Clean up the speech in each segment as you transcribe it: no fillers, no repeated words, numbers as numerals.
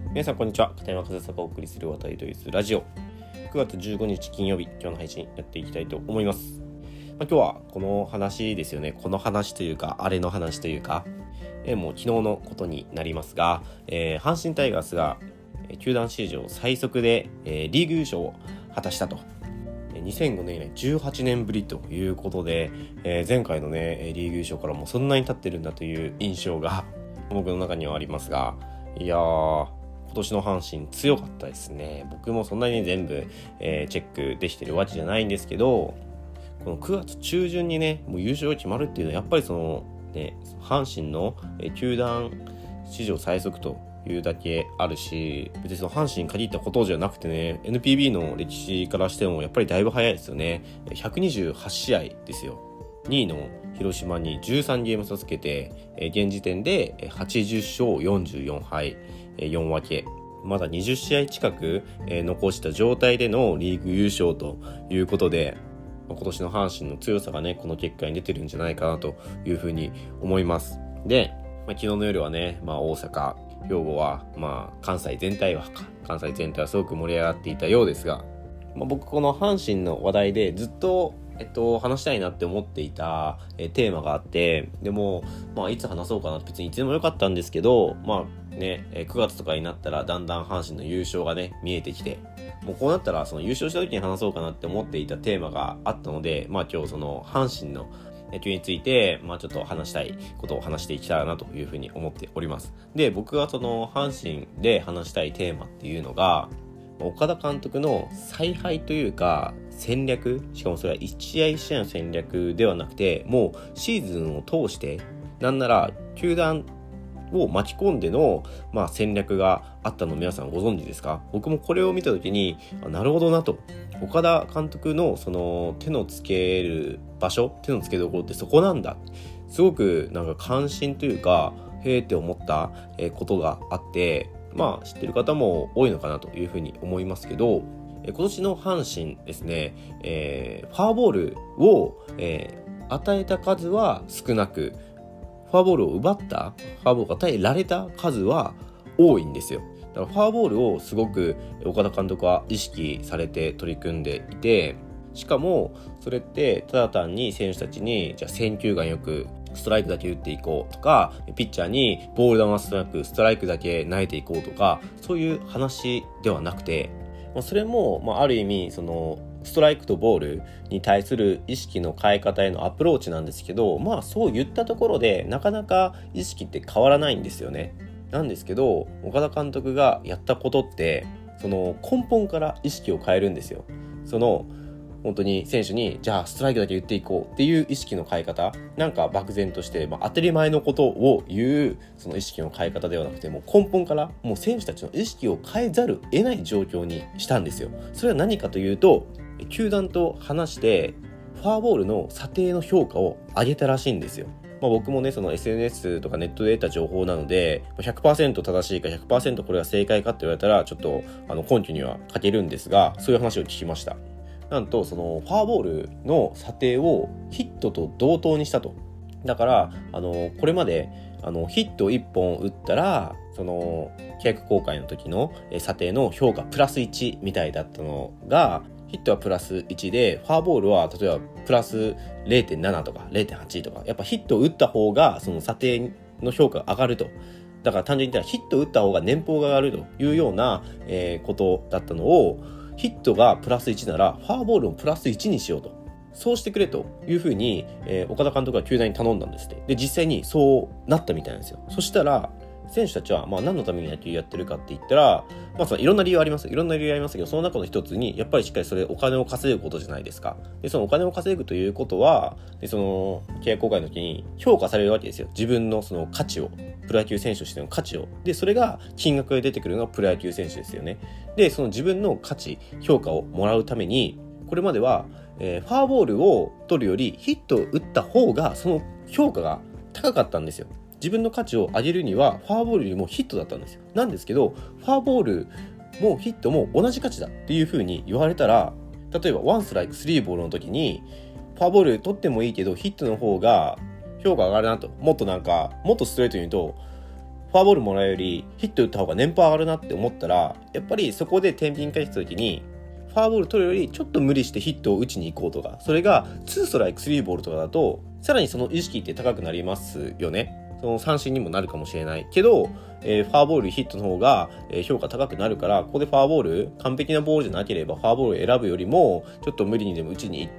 皆さんこんにちは。片山和沙がお送りする渡りドイツラジオ、9月15日金曜日、今日の配信やっていきたいと思います。今日はこの話ですよね。この話というかあれの話というか、もう昨日のことになりますが、阪神タイガースが球団史上最速で、リーグ優勝を果たしたと。2005年以来18年ぶりということで、前回のねリーグ優勝からもうそんなに経ってるんだという印象が僕の中にはありますが、いやー、今年の阪神強かったですね。僕もそんなに全部、チェックできてるわけじゃないんですけど、この9月中旬にねもう優勝が決まるっていうのはやっぱりそのね阪神の球団史上最速というだけあるし、別にその阪神に限ったことじゃなくてね、 NPB の歴史からしてもやっぱりだいぶ早いですよね。128試合ですよ。2位の広島に13ゲーム差つけて、現時点で80勝44敗4分け、まだ20試合近く残した状態でのリーグ優勝ということで、今年の阪神の強さがねこの結果に出てるんじゃないかなというふうに思います。で、昨日の夜はね、大阪兵庫は関西全体はすごく盛り上がっていたようですが、僕この阪神の話題でずっと話したいなって思っていた、テーマがあって、でもいつ話そうかなって別にいつでもよかったんですけど、9月とかになったらだんだん阪神の優勝がね見えてきて、もうこうなったらその優勝した時に話そうかなって思っていたテーマがあったので、今日その阪神の野球についてちょっと話したいことを話していきたらなというふうに思っております。で、僕がその阪神で話したいテーマっていうのが、岡田監督の采配というか戦略、しかもそれは一試合一試合の戦略ではなくて、もうシーズンを通してなんなら球団を巻き込んでの、戦略があったの皆さんご存知ですか？僕もこれを見た時になるほどなと、岡田監督のその手のつける場所、手のつけどころってそこなんだ、すごく関心というかへーって思ったことがあって、知ってる方も多いのかなというふうに思いますけど、今年の阪神ですね、フォアボールを、与えた数は少なく、フォアボールを奪ったフォアボールを与えられた数は多いんですよ。だからフォアボールをすごく岡田監督は意識されて取り組んでいて、しかもそれってただ単に選手たちにじゃあ選球眼よくストライクだけ打っていこうとか、ピッチャーにボール球少なくストライクだけ投げていこうとか、そういう話ではなくて、それもある意味そのストライクとボールに対する意識の変え方へのアプローチなんですけど、そう言ったところでなかなか意識って変わらないんですよね。なんですけど岡田監督がやったことってその根本から意識を変えるんですよ。その本当に選手にじゃあストライクだけ言っていこうっていう意識の変え方、漠然として、当たり前のことを言うその意識の変え方ではなくて、もう根本からもう選手たちの意識を変えざるを得ない状況にしたんですよ。それは何かというと、球団と話してフォアボールの査定の評価を上げたらしいんですよ。僕もねその SNS とかネットで得た情報なので 100% 正しいか 100% これが正解かって言われたらちょっと根拠には欠けるんですが、そういう話を聞きました。なんとそのフォアボールの査定をヒットと同等にしたと。だからこれまでヒット1本打ったらその契約更改の時の査定の評価プラス1みたいだったのが、ヒットはプラス1でフォアボールは例えばプラス 0.7 とか 0.8 とか、やっぱヒットを打った方がその査定の評価が上がると。だから単純に言ったらヒットを打った方が年俸が上がるというようなことだったのを、ヒットがプラス1ならフォアボールもプラス1にしようと、そうしてくれというふうに、岡田監督が球団に頼んだんですって。で実際にそうなったみたいなんですよ。そしたら選手たちは何のために野球やってるかって言ったら、そのいろんな理由ありますけど、その中の一つにやっぱりしっかりそれお金を稼ぐことじゃないですか。でそのお金を稼ぐということはでその契約更改の時に評価されるわけですよ。自分のその価値を、プロ野球選手としての価値を、でそれが金額で出てくるのがプロ野球選手ですよね。でその自分の価値、評価をもらうためにこれまでは、フォアボールを取るよりヒットを打った方がその評価が高かったんですよ。自分の価値を上げるにはフォアボールよりもヒットだったんですよ。なんですけどフォアボールもヒットも同じ価値だっていう風に言われたら、例えば1ストライク3ボールの時にフォアボール取ってもいいけどヒットの方が評価上がるなと、もっとストレートに言うとフォアボールもらうよりヒット打った方が年俸上がるなって思ったら、やっぱりそこで天秤返した時にフォアボール取るよりちょっと無理してヒットを打ちに行こうとか、それが2ストライク3ボールとかだとさらにその意識って高くなりますよね。その三振にもなるかもしれないけど、フォアボールヒットの方が評価高くなるから、ここでフォアボール、完璧なボールじゃなければフォアボールを選ぶよりもちょっと無理にでも打ちに行って、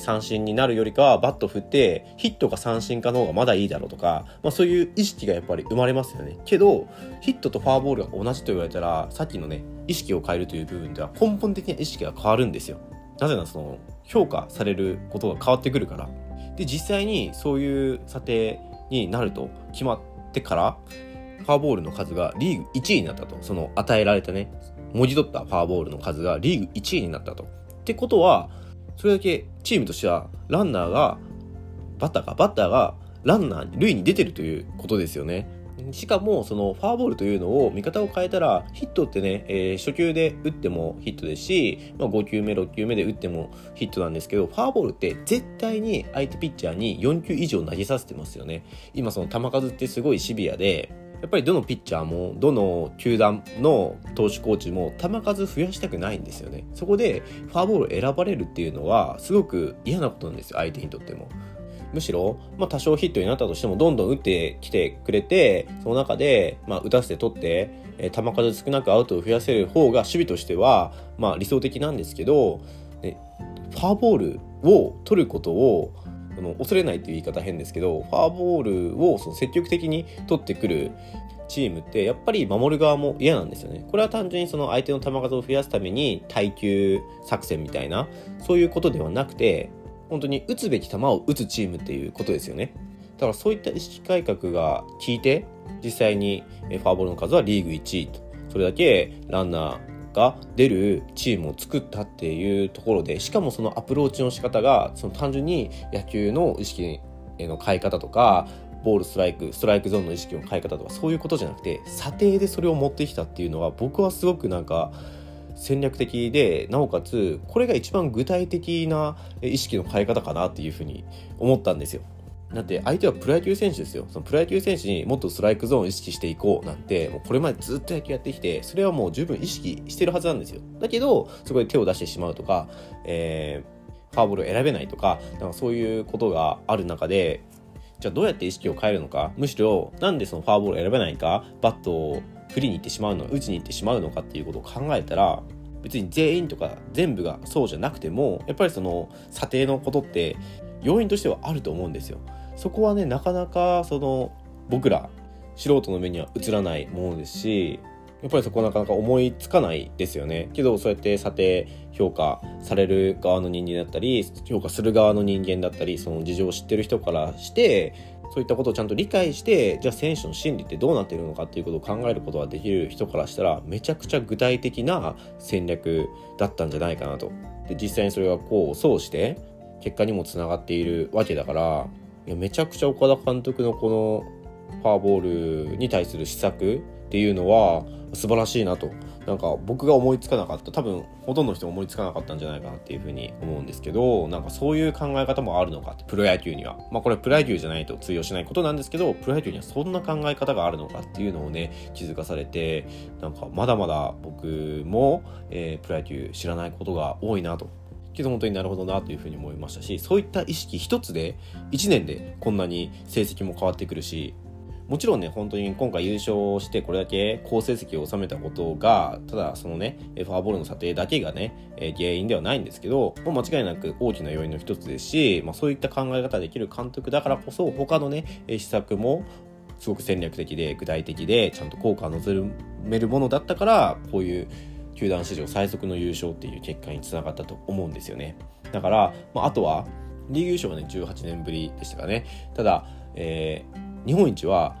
三振になるよりかはバット振ってヒットか三振かの方がまだいいだろうとか、そういう意識がやっぱり生まれますよね。けどヒットとフォアボールが同じと言われたら、さっきのね意識を変えるという部分では根本的な意識が変わるんですよ。なぜならその評価されることが変わってくるから。で実際にそういう査定になると決まってから、フォアボールの数がリーグ1位になったと。その与えられたね、文字取ったフォアボールの数がリーグ1位になったと。ってことは、それだけチームとしてはバッターがランナー塁に出てるということですよね。しかもそのフォアボールというのを見方を変えたら、ヒットってね、初球で打ってもヒットですし、5球目6球目で打ってもヒットなんですけど、フォアボールって絶対に相手ピッチャーに4球以上投げさせてますよね。今その球数ってすごいシビアで、やっぱりどのピッチャーもどの球団の投手コーチも球数増やしたくないんですよね。そこでフォアボールを選ばれるっていうのはすごく嫌なことなんですよ、相手にとっても。むしろ、多少ヒットになったとしてもどんどん打ってきてくれて、その中で、打たせて取って、球数少なくアウトを増やせる方が守備としては、理想的なんですけど、フォアボールを取ることを恐れないっていう言い方変ですけど、フォアボールを積極的に取ってくるチームってやっぱり守る側も嫌なんですよね。これは単純にその相手の球数を増やすために耐久作戦みたいな、そういうことではなくて、本当に打つべき球を打つチームっていうことですよね。だからそういった意識改革が効いて、実際にフォアボールの数はリーグ1位と、それだけランナーが出るチームを作ったっていうところで、しかもそのアプローチの仕方がその単純に野球の意識の変え方とか、ボールストライクゾーンの意識の変え方とか、そういうことじゃなくて査定でそれを持ってきたっていうのは、僕はすごく戦略的で、なおかつこれが一番具体的な意識の変え方かなっていうふうに思ったんですよ。だって相手はプロ野球選手ですよ。そのプロ野球選手にもっとストライクゾーンを意識していこうなんて、もうこれまでずっと野球やってきて、それはもう十分意識してるはずなんですよ。だけどそこで手を出してしまうとか、フォアボールを選べないとか、そういうことがある中で、じゃあどうやって意識を変えるのか、むしろなんでそのフォアボールを選べないか、バットを振りに行ってしまうの、打ちに行ってしまうのかっていうことを考えたら、別に全員とか全部がそうじゃなくても、やっぱりその査定のことって要因としてはあると思うんですよ。そこはね、なかなか僕ら素人の目には映らないものですし、やっぱりそこはなかなか思いつかないですよね。けどそうやって査定評価される側の人間だったり、評価する側の人間だったり、その事情を知ってる人からして、そういったことをちゃんと理解して、じゃあ選手の心理ってどうなっているのかっていうことを考えることができる人からしたら、めちゃくちゃ具体的な戦略だったんじゃないかなと。で実際にそれがそうして結果にもつながっているわけだから、めちゃくちゃ岡田監督のこのフォアボールに対する施策っていうのは素晴らしいなと。僕が思いつかなかった、多分ほとんどの人が思いつかなかったんじゃないかなっていうふうに思うんですけど、そういう考え方もあるのかって、プロ野球には、これプロ野球じゃないと通用しないことなんですけど、プロ野球にはそんな考え方があるのかっていうのをね、気づかされて、まだまだ僕も、プロ野球知らないことが多いなと。けど本当になるほどなというふうに思いましたし、そういった意識一つで1年でこんなに成績も変わってくるし、もちろんね、本当に今回優勝してこれだけ好成績を収めたことが、ただそのね、フォアボールの査定だけがね、原因ではないんですけど、間違いなく大きな要因の一つですし、そういった考え方ができる監督だからこそ、他のね、施策もすごく戦略的で具体的で、ちゃんと効果を望めるものだったから、こういう球団史上最速の優勝っていう結果につながったと思うんですよね。だから、あとはリーグ優勝はね、18年ぶりでしたかね。ただ、日本一は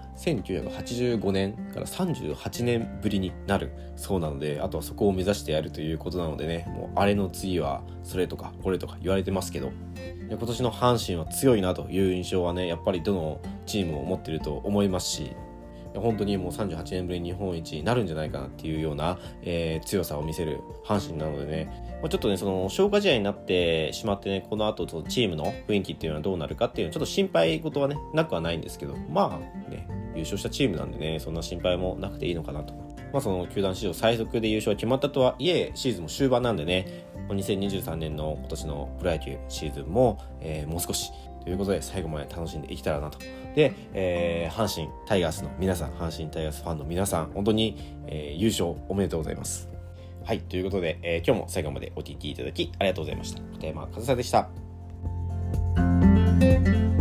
1985年から38年ぶりになるそうなので、あとはそこを目指してやるということなのでね、もうあれの次はそれとかこれとか言われてますけど、今年の阪神は強いなという印象はね、やっぱりどのチームも持っていると思いますし、本当にもう38年ぶりに日本一になるんじゃないかなっていうような、強さを見せる阪神なのでね、ちょっとね、その消化試合になってしまってね、この後チームの雰囲気っていうのはどうなるかっていうのはちょっと心配事はねなくはないんですけど、ね、 優勝したチームなんでね、そんな心配もなくていいのかなと。その球団史上最速で優勝が決まったとはいえ、シーズンも終盤なんでね、2023年の今年のプロ野球シーズンも、もう少しということで最後まで楽しんでいけたらなと。で、阪神タイガースの皆さん、阪神タイガースファンの皆さん、本当に、優勝おめでとうございます。はい、ということで、今日も最後までお聞きいただきありがとうございました。片山和沙でした。